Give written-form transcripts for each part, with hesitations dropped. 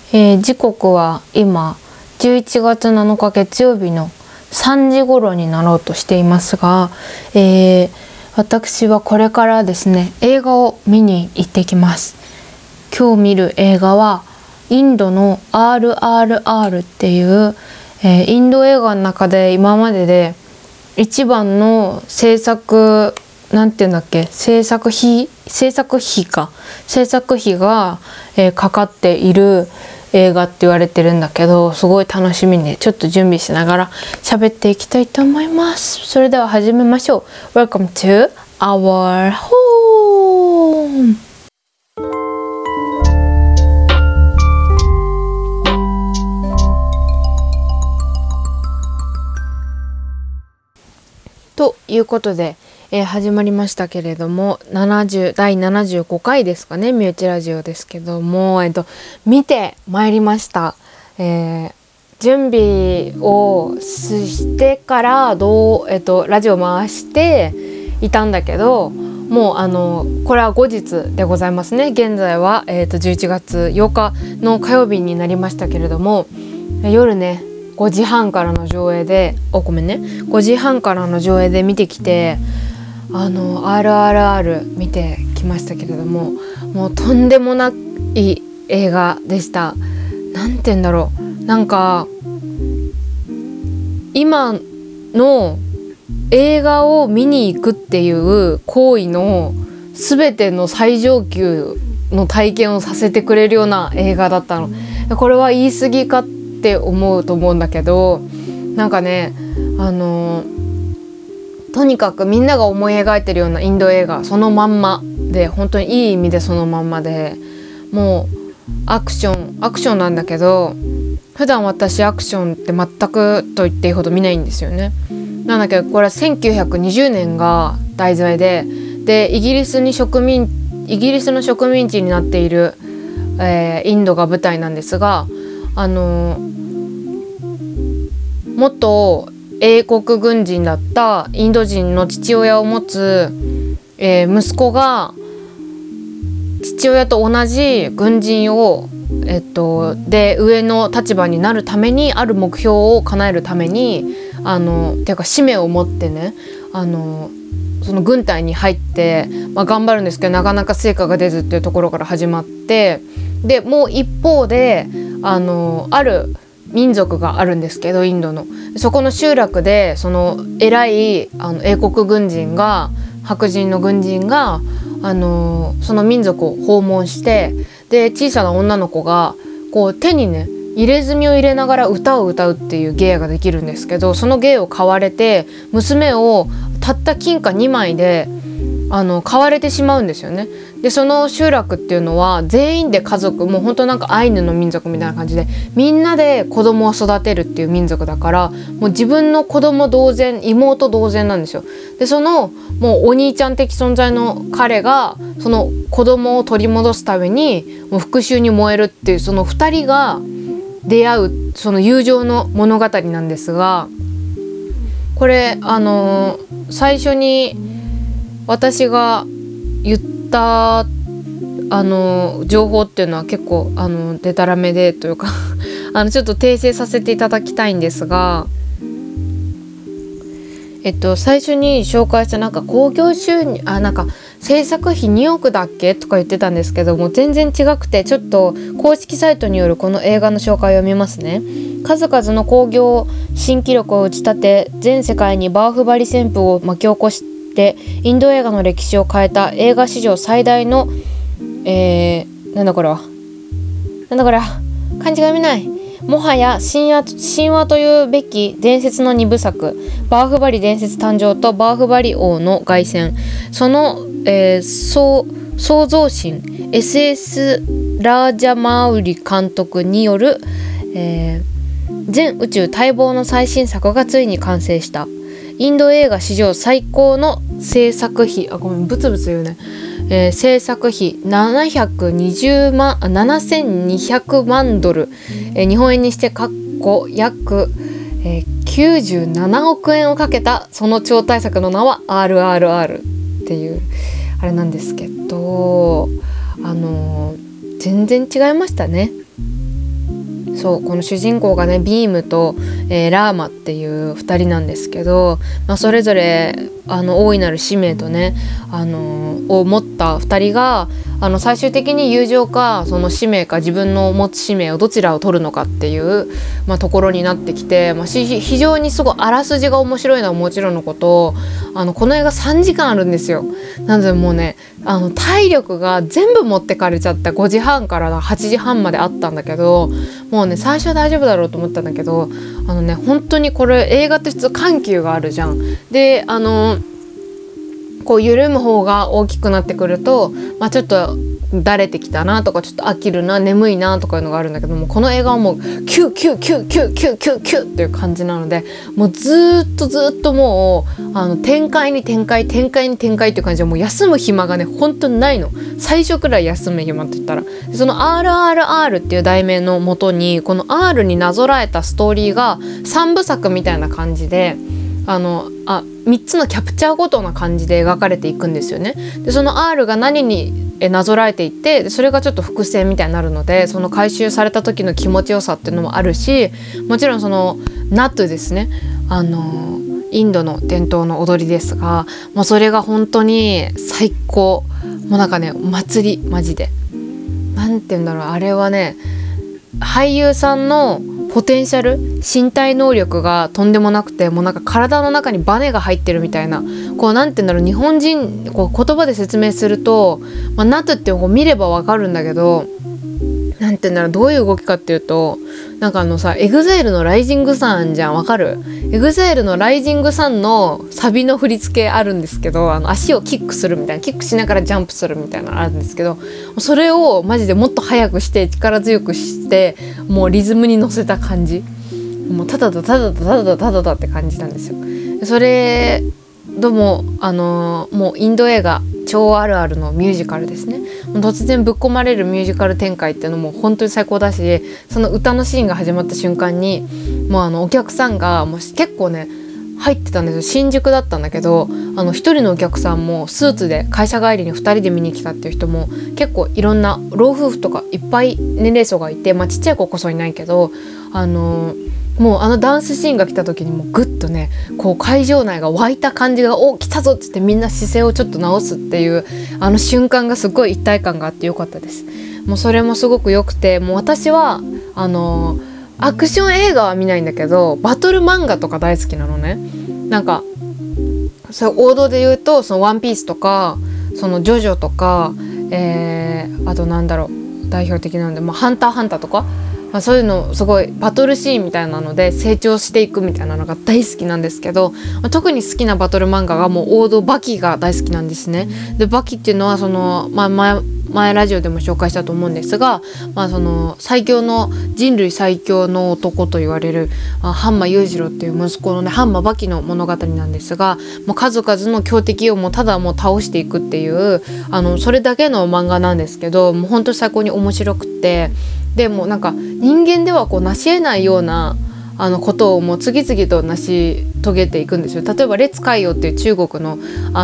時刻は今11月7日月曜日の3時頃になろうとしていますが、私はこれからですね映画を見に行ってきます。今日見る映画はインドの RRR っていう、インド映画の中で今までで一番の制作費が、かかっている映画って言われてるんだけど、すごい楽しみにちょっと準備しながら喋っていきたいと思います。それでは始めましょう。 Welcome to our home。 ということで、始まりましたけれども、第75回ですかね、身内ラジオですけども、見てまいりました。準備をしてからラジオ回していたんだけど、もうこれは後日でございますね。現在は、11月8日の火曜日になりましたけれども、夜ね5時半からの上映で5時半からの上映で見てきて、RRR 見てきましたけれども、もうとんでもない映画でした。なんて言うんだろう、なんか今の映画を見に行くっていう行為の全ての最上級の体験をさせてくれるような映画だったの。これは言い過ぎかって思うと思うんだけど、なんかねとにかくみんなが思い描いてるようなインド映画そのまんまで、本当にいい意味でそのまんまで、もうアクションなんだけど、普段私アクションって全くと言っていいほど見ないんですよね。なんだけどこれは1920年が題材で、イギリスの植民地になっている、インドが舞台なんですが、元英国軍人だったインド人の父親を持つ、息子が父親と同じ軍人を、で上の立場になるために、ある目標を叶えるためにていうか使命を持ってね、その軍隊に入って、頑張るんですけど、なかなか成果が出ずっていうところから始まって、でもう一方である民族があるんですけど、インドのそこの集落で、その偉い英国軍人が、白人の軍人がその民族を訪問して、で小さな女の子がこう手にね入れ墨を入れながら歌を歌うっていう芸ができるんですけど、その芸を買われて、娘をたった金貨2枚で買われてしまうんですよね。でその集落っていうのは全員で家族、もう本当なんかアイヌの民族みたいな感じで、みんなで子供を育てるっていう民族だから、もう自分の子供同然、妹同然なんですよ。でそのもうお兄ちゃん的存在の彼が、その子供を取り戻すためにもう復讐に燃えるっていう、その2人が出会うその友情の物語なんですが、これ最初に私が言った情報っていうのは結構デタラメでというかちょっと訂正させていただきたいんですが、最初に紹介した興行収入制作費2億だっけとか言ってたんですけども、全然違くて、ちょっと公式サイトによるこの映画の紹介を見ますね。数々の興行新記録を打ち立て、全世界にバーフバリ旋風を巻き起こしてインド映画の歴史を変えた映画史上最大のなんだこれは漢字が読めない、もはや神話というべき伝説の2部作、バーフバリ伝説誕生とバーフバリ王の凱旋、その、創造神 SS ラージャマウリ監督による、全宇宙待望の最新作がついに完成した。インド映画史上最高の制作費、ブツブツ言うね、制作費7200万ドル、日本円にして約、97億円をかけたその超大作の名は RRR っていうあれなんですけど、全然違いましたね。 そうこの主人公がねビームと、ラーマっていう2人なんですけど、それぞれ大いなる使命とね、を持った2人が最終的に友情かその使命か自分の持つ使命をどちらを取るのかっていう、ところになってきて、非常にすごいあらすじが面白いのはもちろんのことこの映画3時間あるんですよ。なのでもうね体力が全部持ってかれちゃった5時半から8時半まであったんだけど、もうね最初は大丈夫だろうと思ったんだけど本当にこれ映画って普通緩急があるじゃん。でこう緩む方が大きくなってくると、ちょっとだれてきたなとかちょっと飽きるな眠いなとかいうのがあるんだけども、この映画はもうキュキュキュキュキュキュキュっていう感じなので、もうずっともう展開に展開っていう感じでもう休む暇がね本当にないの。最初くらい休む暇って言ったらその RRR っていう題名のもとにこの R になぞらえたストーリーが3部作みたいな感じで3つのキャプチャーごとな感じで描かれていくんですよね。でその R が何になぞらえていってでそれがちょっと伏線みたいになるので、その回収された時の気持ちよさっていうのもあるし、もちろんそのナトゥですね、インドの伝統の踊りですが、もうそれが本当に最高。もうなんかね祭りマジでなんて言うんだろう、あれはね俳優さんのポテンシャル身体能力がとんでもなくて、もうなんか体の中にバネが入ってるみたいな、こうなんて言うんだろう、日本人こう言葉で説明すると、ナトゥってこう見ればわかるんだけど、なんて言うんだろう、どういう動きかっていうと、なんかエグザイルのライジングサンじゃん、わかる？エグザイルのライジングサンのサビの振り付けあるんですけど、足をキックするみたいな、キックしながらジャンプするみたいなのあるんですけど、それをマジでもっと速くして力強くしてもうリズムに乗せた感じ、もうタダダタダダタダダタダダって感じなんですよ。それどうももうインド映画超あるあるのミュージカルですね。突然ぶっ込まれるミュージカル展開っていうのも本当に最高だし、その歌のシーンが始まった瞬間にもうお客さんがもう結構ね入ってたんですよ。新宿だったんだけど一人のお客さんもスーツで会社帰りに2人で見に来たっていう人も結構いろんな老夫婦とかいっぱい年齢層がいて、ちっちゃい子こそいないけどもうダンスシーンが来た時にもうグッとねこう会場内が湧いた感じが来たぞっつってみんな姿勢をちょっと直すっていう瞬間がすごい一体感があってよかったです。もうそれもすごく良くて、もう私はアクション映画は見ないんだけどバトル漫画とか大好きなのね。なんかそう王道で言うとそのワンピースとかそのジョジョとか、あとなんだろう代表的なんで、ハンターハンターとか、そういうのすごいバトルシーンみたいなので成長していくみたいなのが大好きなんですけど、特に好きなバトル漫画がもう王道バキが大好きなんですね。でバキっていうのはその、前ラジオでも紹介したと思うんですが、その最強の人類最強の男と言われるハンマ裕次郎っていう息子のねハンマバキの物語なんですが、もう数々の強敵をもうただもう倒していくっていうそれだけの漫画なんですけど、もう本当に最高に面白くって、でもなんか人間ではこう成し得ないようなことをもう次々と成し遂げていくんですよ。例えば烈海王っていう中国の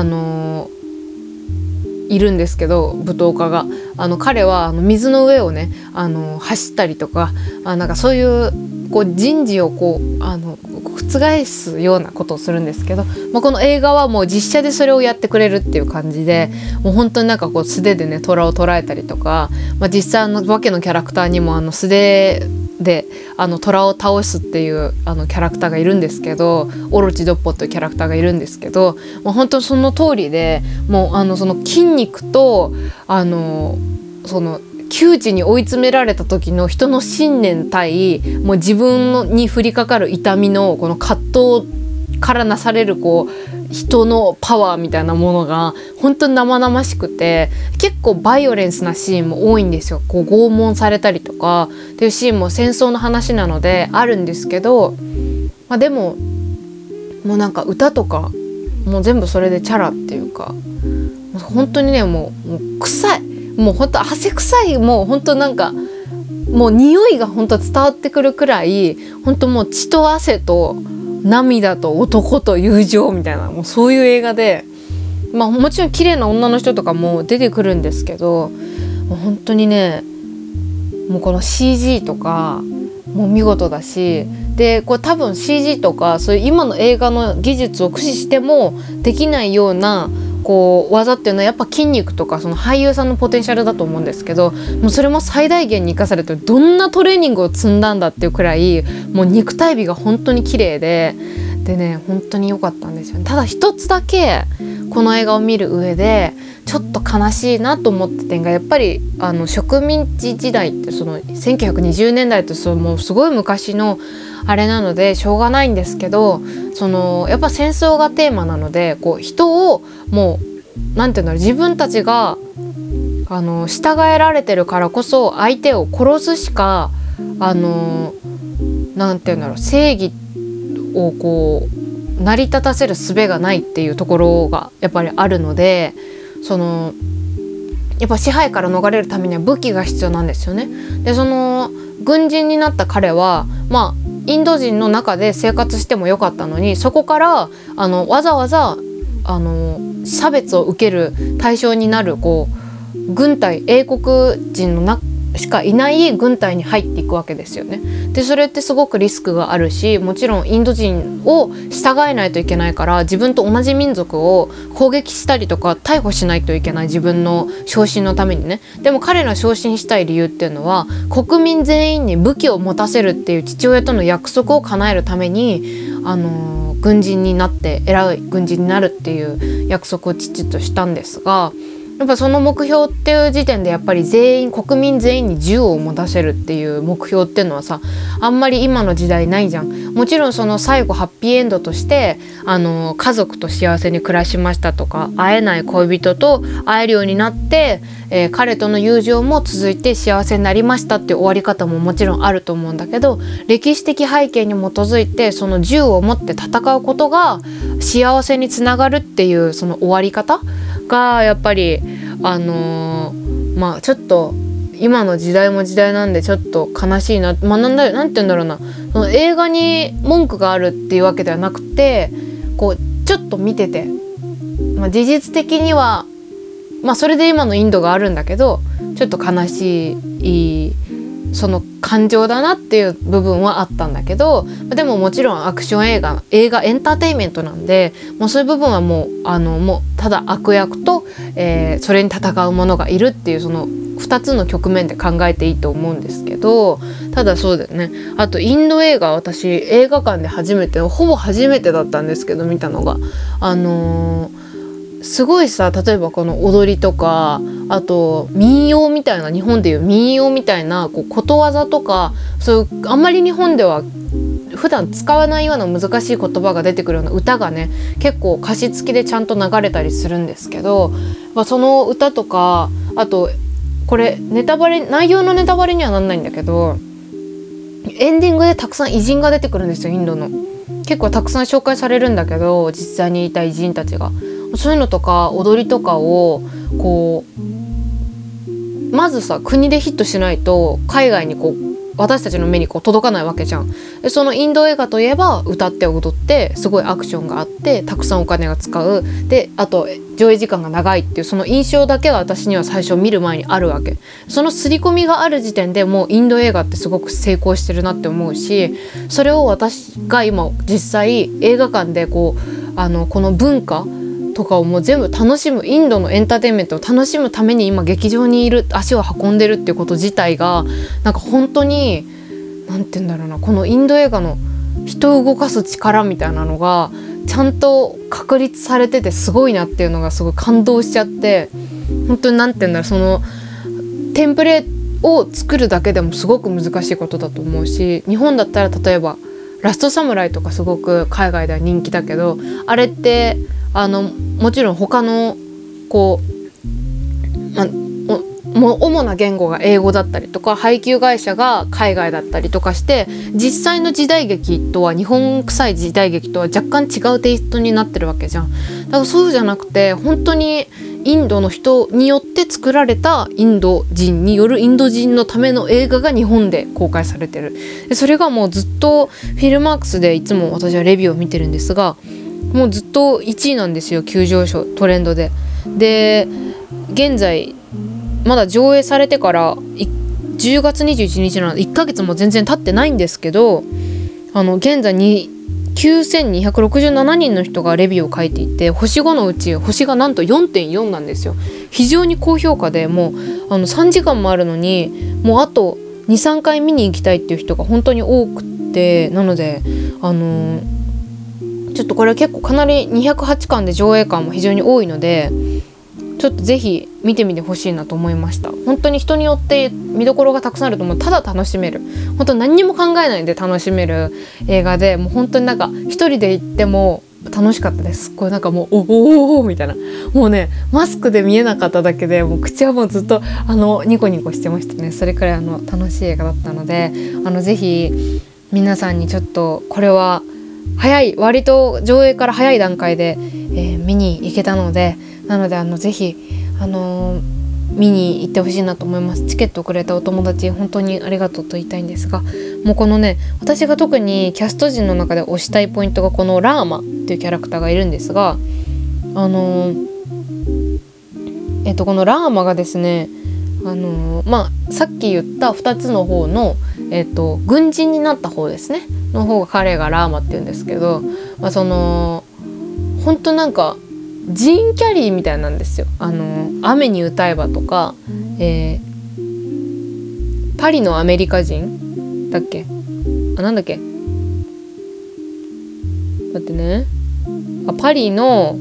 いるんですけど舞踏家が彼は水の上をね走ったりとかなんかそういうこう人事をこう覆すようなことをするんですけど、この映画はもう実写でそれをやってくれるっていう感じで、もう本当になんかこう素手でね虎を捕らえたりとか、実際化けのキャラクターにも素手で虎を倒すっていうキャラクターがいるんですけど、オロチドッポというキャラクターがいるんですけど、もう本当にその通りで、もうその筋肉とその窮地に追い詰められた時の人の信念対もう自分に降りかかる痛みのこの葛藤からなされるこう人のパワーみたいなものが本当に生々しくて、結構バイオレンスなシーンも多いんですよ。こう拷問されたりとかっていうシーンも戦争の話なのであるんですけど、でももうなんか歌とかもう全部それでチャラっていうか、本当にねもう臭い、もう本当汗臭い、もう本当なんかもう匂いが本当伝わってくるくらい、本当もう血と汗と涙と男と友情みたいな、もうそういう映画で、もちろん綺麗な女の人とかも出てくるんですけど、もう本当にねもうこの CG とかもう見事だし、でこれ多分 CG とかそういう今の映画の技術を駆使してもできないようなこう技っていうのはやっぱ筋肉とかその俳優さんのポテンシャルだと思うんですけど、もうそれも最大限に生かされてる、どんなトレーニングを積んだんだっていうくらいもう肉体美が本当に綺麗でね、本当に良かったんですよね。ただ一つだけこの映画を見る上でちょっと悲しいなと思った点が、やっぱり植民地時代ってその1920年代ってもうすごい昔のあれなのでしょうがないんですけど、やっぱ戦争がテーマなのでこう人をもうなんていうんだろう、自分たちが従えられてるからこそ相手を殺すしかなんていうんだろう、正義をこう成り立たせる術がないっていうところがやっぱりあるので、やっぱ支配から逃れるためには武器が必要なんですよね。で軍人になった彼はインド人の中で生活してもよかったのに、そこからわざわざ差別を受ける対象になる軍隊、英国人のしかいない軍隊に入っていくわけですよね。でそれってすごくリスクがあるし、もちろんインド人を従えないといけないから自分と同じ民族を攻撃したりとか逮捕しないといけない、自分の昇進のためにね。でも彼ら昇進したい理由っていうのは国民全員に武器を持たせるっていう父親との約束を叶えるために軍人になって偉い軍人になるっていう約束を父としたんですが、やっぱその目標っていう時点でやっぱり国民全員に銃を持たせるっていう目標っていうのはさ、あんまり今の時代ないじゃん。もちろんその最後ハッピーエンドとして家族と幸せに暮らしましたとか、会えない恋人と会えるようになって、彼との友情も続いて幸せになりましたっていう終わり方ももちろんあると思うんだけど、歴史的背景に基づいてその銃を持って戦うことが幸せにつながるっていうその終わり方がやっぱりちょっと今の時代も時代なんでちょっと悲しいな。なんて言うんだろうな、その映画に文句があるっていうわけではなくて、ちょっと見てて、事実的にはそれで今のインドがあるんだけど、ちょっと悲しいその感情だなっていう部分はあったんだけど、でももちろんアクション映画エンターテインメントなんで、もうそういう部分はもうただ悪役と、それに戦う者がいるっていうその2つの局面で考えていいと思うんですけど、ただそうだよね。あとインド映画、私映画館でほぼ初めてだったんですけど見たのがすごいさ、例えばこの踊りとか、あと民謡みたいな、日本でいう民謡みたいなことわざとか、そういうあんまり日本では普段使わないような難しい言葉が出てくるような歌がね、結構歌詞付きでちゃんと流れたりするんですけど、その歌とか、あとこれ内容のネタバレにはなんないんだけど、エンディングでたくさん偉人が出てくるんですよ。インドの結構たくさん紹介されるんだけど、実際にいた偉人たちが、そういうのとか踊りとかをまずさ、国でヒットしないと海外に私たちの目に届かないわけじゃん。でそのインド映画といえば歌って踊ってすごいアクションがあってたくさんお金が使う、であと上映時間が長いっていうその印象だけが私には最初見る前にあるわけ。その刷り込みがある時点でもうインド映画ってすごく成功してるなって思うし、それを私が今実際映画館でこの文化とかをもう全部楽しむ、インドのエンターテインメントを楽しむために今劇場に足を運んでるっていうこと自体がなんか本当になんて言うんだろうな、このインド映画の人を動かす力みたいなのがちゃんと確立されててすごいなっていうのがすごい感動しちゃって、本当になんて言うんだろう、そのテンプレを作るだけでもすごく難しいことだと思うし、日本だったら例えばラストサムライとかすごく海外では人気だけど、あれってもちろん他の主な言語が英語だったりとか、配給会社が海外だったりとかして、実際の時代劇とは日本臭い時代劇とは若干違うテイストになってるわけじゃん。だからそうじゃなくて、本当にインドの人によって作られたインド人によるインド人のための映画が日本で公開されてる。でそれがもうずっとフィルマークスでいつも私はレビューを見てるんですが、もうずっと1位なんですよ、急上昇トレンドで。で現在まだ上映されてから 10月21日なので1ヶ月も全然経ってないんですけど、現在に9267人の人がレビューを書いていて、星5のうち星がなんと 4.4 なんですよ。非常に高評価で、もう3時間もあるのにもうあと 2,3 回見に行きたいっていう人が本当に多くて、なのでちょっとこれは結構かなり208巻で上映感も非常に多いので、ちょっとぜひ見てみてほしいなと思いました。本当に人によって見どころがたくさんあると思う。ただ楽しめる、本当何にも考えないで楽しめる映画で、もう本当になんか一人で行っても楽しかったです。これなんかもうおみたいな、もうねマスクで見えなかっただけでもう口はもうずっとニコニコしてましたね。それくらい楽しい映画だったので、ぜひ皆さんにちょっとこれは割と上映から早い段階で、見に行けたので、なのでぜひ見に行ってほしいなと思います。チケットをくれたお友達本当にありがとうと言いたいんですが、もうこのね、私が特にキャスト陣の中で推したいポイントがこのラーマっていうキャラクターがいるんですが、このラーマがですね、さっき言った2つの方の、軍人になった方ですねの方が彼がラーマって言うんですけど、本当なんかジーン・キャリーみたいなんですよ。雨に歌えばとか、パリのアメリカ人だっけ、なんだっけ、待ってね、パリの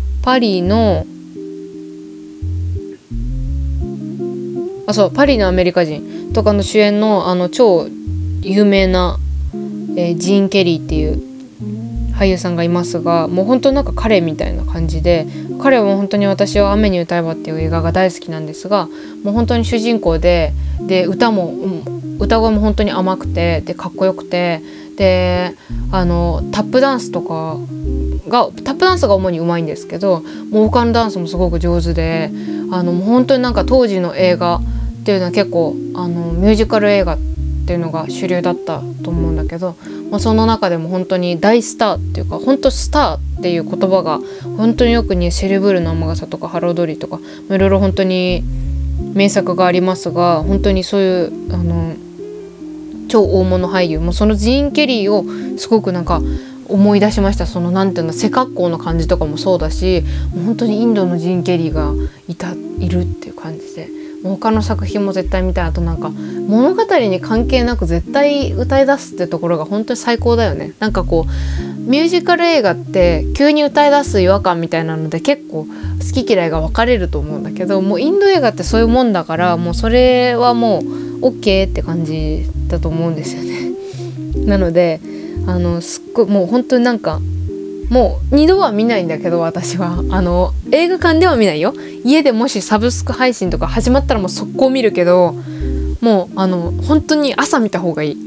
そうパリのアメリカ人とかの主演の超有名な、ジーン・ケリーっていう俳優さんがいますが、もう本当なんか彼みたいな感じで、彼は本当に私は雨に歌えばっていう映画が大好きなんですが、もう本当に主人公で歌声も本当に甘くて、でかっこよくて、でタップダンスが主にうまいんですけど、もう他のダンスもすごく上手で、もう本当になんか当時の映画っていうのは結構ミュージカル映画っていうのが主流だったと思うんだけど、その中でも本当に大スターっていうか、本当スターっていう言葉が本当によくにシェルブールの雨傘とかハロードリーとかいろいろ本当に名作がありますが、本当にそういう超大物俳優もそのジーン・ケリーをすごくなんか思い出しました。そのなんていうの、背格好の感じとかもそうだし、もう本当にインドのジーン・ケリーがいるっていう感じで、他の作品も絶対見たい。あとなんか物語に関係なく絶対歌い出すってところが本当に最高だよね。なんかこうミュージカル映画って急に歌い出す違和感みたいなので結構好き嫌いが分かれると思うんだけど、もうインド映画ってそういうもんだから、もうそれはもう OK って感じだと思うんですよね。なのですっごいもう本当になんかもう2度は見ないんだけど、私は映画館では見ないよ。家でもしサブスク配信とか始まったらもう速攻見るけど、もう本当に朝見た方がいい。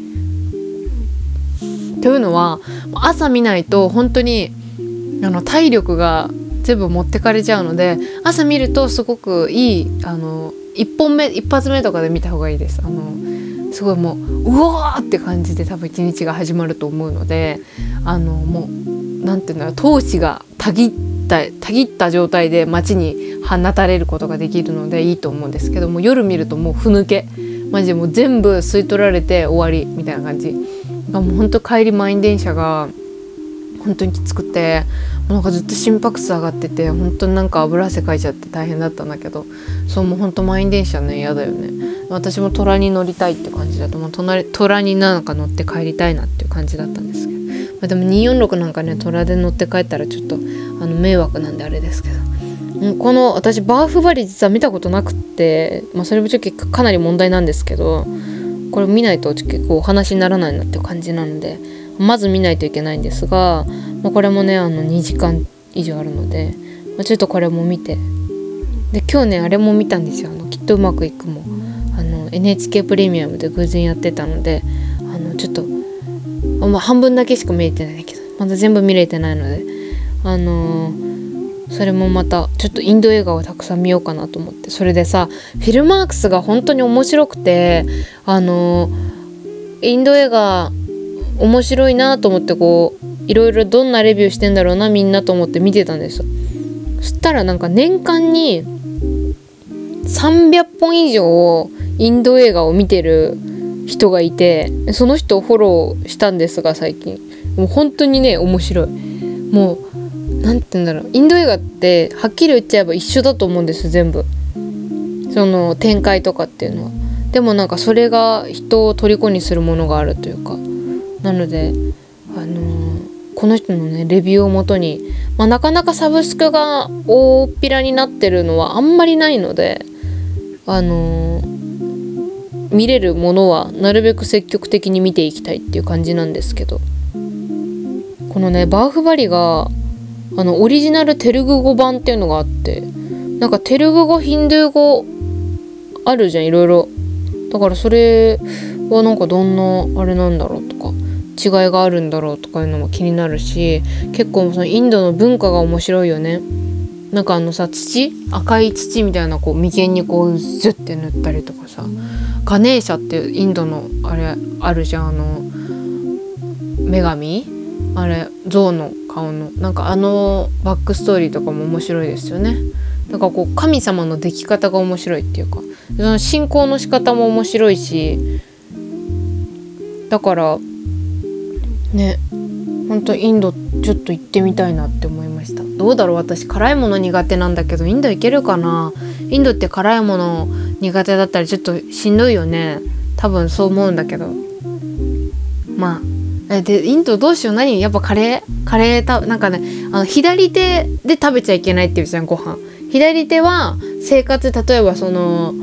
というのは朝見ないと本当に体力が全部持ってかれちゃうので、朝見るとすごくいい一発目とかで見た方がいいです。すごいもうわーって感じで多分一日が始まると思うので、もうなんていうんだろう、闘志がたぎった状態で街に放たれることができるのでいいと思うんですけども、夜見るともうふぬけ、マジでもう全部吸い取られて終わりみたいな感じ。もう本当帰り満員電車が本当にきつくて、もうなんかずっと心拍数上がってて、本当になんか油汗かいちゃって大変だったんだけど、そうもう本当満員電車ね嫌だよね。私も虎に乗りたいって感じだと、もう虎になんか乗って帰りたいなっていう感じだったんですけど、でも246なんかね虎で乗って帰ったらちょっと迷惑なんであれですけど、この私バーフバリ実は見たことなくって、それもちょっとかなり問題なんですけど、これ見ないと結構お話にならないなっていう感じなので、まず見ないといけないんですが、これもね2時間以上あるので、ちょっとこれも見て、で今日ねあれも見たんですよ。きっとうまくいくもNHK プレミアムで偶然やってたので、ちょっと半分だけしか見れてないんだけど、まだ全部見れてないので、それもまたちょっとインド映画をたくさん見ようかなと思って。それでさ、フィルマークスが本当に面白くて、インド映画面白いなと思って、こういろいろどんなレビューしてんだろうなみんなと思って見てたんですよ。そしたらなんか年間に300本以上インド映画を見てる人がいて、その人をフォローしたんですが、最近もう本当にね面白い。もうなんて言うんだろう、インド映画ってはっきり言っちゃえば一緒だと思うんです、全部その展開とかっていうのは。でもなんかそれが人を虜にするものがあるというか、なのでこの人のねレビューをもとに、なかなかサブスクが大っぴらになってるのはあんまりないので、見れるものはなるべく積極的に見ていきたいっていう感じなんですけど、このねバーフバリがオリジナルテルグ語版っていうのがあって、なんかテルグ語ヒンドゥー語あるじゃん、いろいろ。だからそれはなんかどんなあれなんだろうとか、違いがあるんだろうとかいうのも気になるし、結構そのインドの文化が面白いよね。なんか赤い土みたいなこう眉間にこうズッて塗ったりとかさ、ガネーシャっていうインドのあれあるじゃん、女神、あれ象の顔のなんかバックストーリーとかも面白いですよね。なんかこう神様の出来方が面白いっていうか、その信仰の仕方も面白いし、だからね、本当インドちょっと行ってみたいなって思いました。どうだろう、私辛いもの苦手なんだけどインド行けるかな。インドって辛いもの苦手だったらちょっとしんどいよね、多分そう思うんだけど。でインドどうしよう、やっぱカレーなんかね、左手で食べちゃいけないっていうじゃん、ご飯。左手は生活、例えばその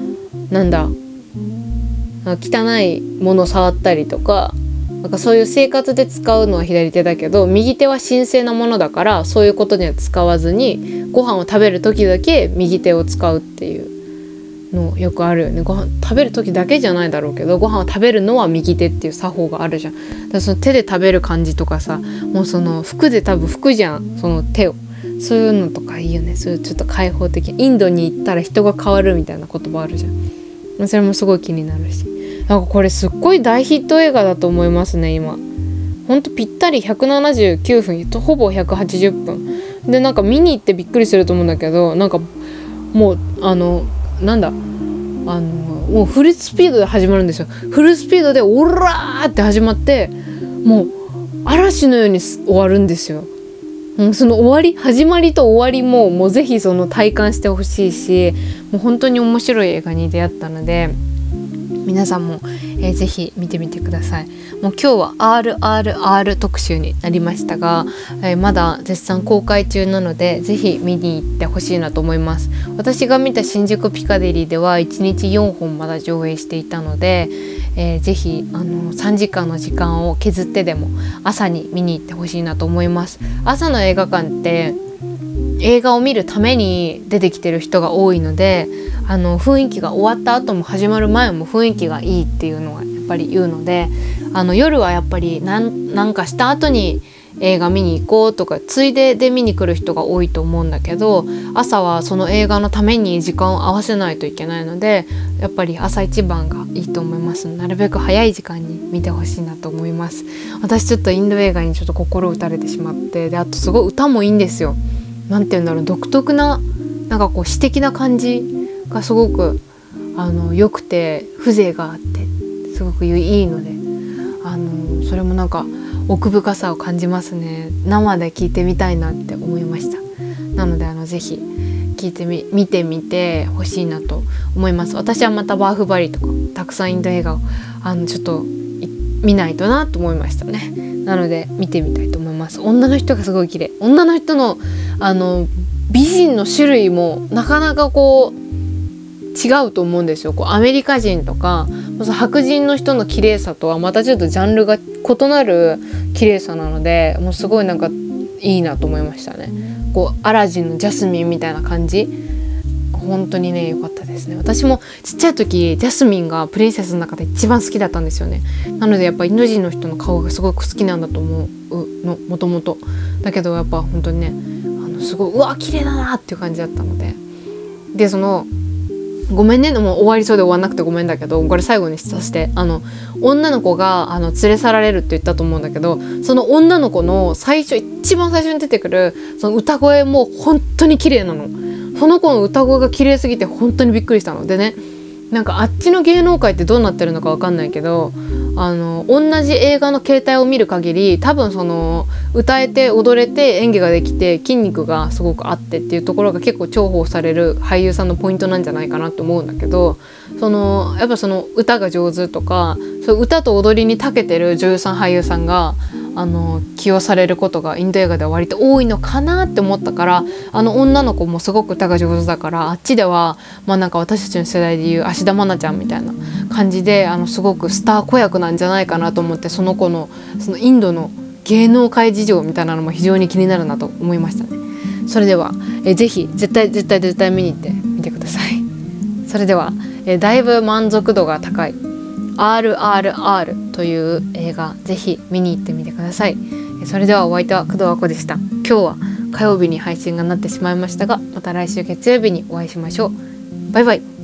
汚いもの触ったりとか、なんかそういう生活で使うのは左手だけど、右手は神聖なものだからそういうことには使わずに、ご飯を食べる時だけ右手を使うっていうのよくあるよね。ご飯食べる時だけじゃないだろうけど、ご飯を食べるのは右手っていう作法があるじゃん。だからその手で食べる感じとかさ、もうその服で拭くじゃん、その手を。そういうのとかいいよね。そういうちょっと開放的。インドに行ったら人が変わるみたいな言葉あるじゃん。それもすごい気になるし、なんかこれすっごい大ヒット映画だと思いますね。今ほんとぴったり179分、ほぼ180分で、なんか見に行ってびっくりすると思うんだけど、なんかもうもうフルスピードで始まるんですよ。フルスピードでオラーって始まって、もう嵐のように終わるんですよ。その始まりと終わりもうぜひその体感してほしいし、もう本当に面白い映画に出会ったので、皆さんも、ぜひ見てみてください。もう今日は RRR 特集になりましたが、まだ絶賛公開中なのでぜひ見に行ってほしいなと思います。私が見た新宿ピカデリーでは1日4本まだ上映していたので、ぜひ3時間の時間を削ってでも朝に見に行ってほしいなと思います。朝の映画館って映画を見るために出てきてる人が多いので、雰囲気が終わった後も始まる前も雰囲気がいいっていうのはやっぱり言うので、夜はやっぱりなんかした後に映画見に行こうとかついでで見に来る人が多いと思うんだけど、朝はその映画のために時間を合わせないといけないので、やっぱり朝一番がいいと思います。なるべく早い時間に見てほしいなと思います。私ちょっとインド映画にちょっと心打たれてしまって、であとすごい歌もいいんですよ。なんて言うんだろう、独特ななんかこう詩的な感じがすごく良くて、風情があってすごくいいので、それもなんか奥深さを感じますね。生で聞いてみたいなって思いました。なのでぜひ見てみてほしいなと思います。私はまたバーフバリとかたくさんインド映画をちょっと見ないとなと思いましたね。なので見てみたいと思います。女の人がすごい綺麗。女の人の美人の種類もなかなかこう違うと思うんですよ。こうアメリカ人とか白人の人の綺麗さとはまたちょっとジャンルが異なる綺麗さなので、もうすごいなんかいいなと思いましたね。こうアラジンのジャスミンみたいな感じ、本当にね良かったですね。私もちっちゃい時ジャスミンがプリンセスの中で一番好きだったんですよね。なのでやっぱインド人の人の顔がすごく好きなんだと思うの、もともと。だけどやっぱ本当にねすごいうわ綺麗だなっていう感じだったので、でごめんね、もう終わりそうで終わんなくてごめんだけど、これ最後にさせて、女の子が連れ去られるって言ったと思うんだけど、その女の子の一番最初に出てくるその歌声も本当に綺麗なの。その子の歌声が綺麗すぎて本当にびっくりしたのでね、 なんかあっちの芸能界ってどうなってるのかわかんないけど、同じ映画の形態を見る限り多分その歌えて踊れて演技ができて筋肉がすごくあってっていうところが結構重宝される俳優さんのポイントなんじゃないかなと思うんだけど、やっぱその歌が上手とかそう歌と踊りに長けてる女優さん俳優さんが起用されることがインド映画では割と多いのかなって思ったから、女の子もすごく歌が上手だから、あっちではなんか私たちの世代でいう芦田愛菜ちゃんみたいな感じですごくスター子役なんじゃないかなと思って、その子のそのインドの芸能界事情みたいなのも非常に気になるなと思いましたね。それではぜひ絶対見に行ってみてください。それではだいぶ満足度が高いRRR という映画、ぜひ見に行ってみてください。それではお相手は工藤和子でした。今日は火曜日に配信がなってしまいましたが、また来週月曜日にお会いしましょう。バイバイ。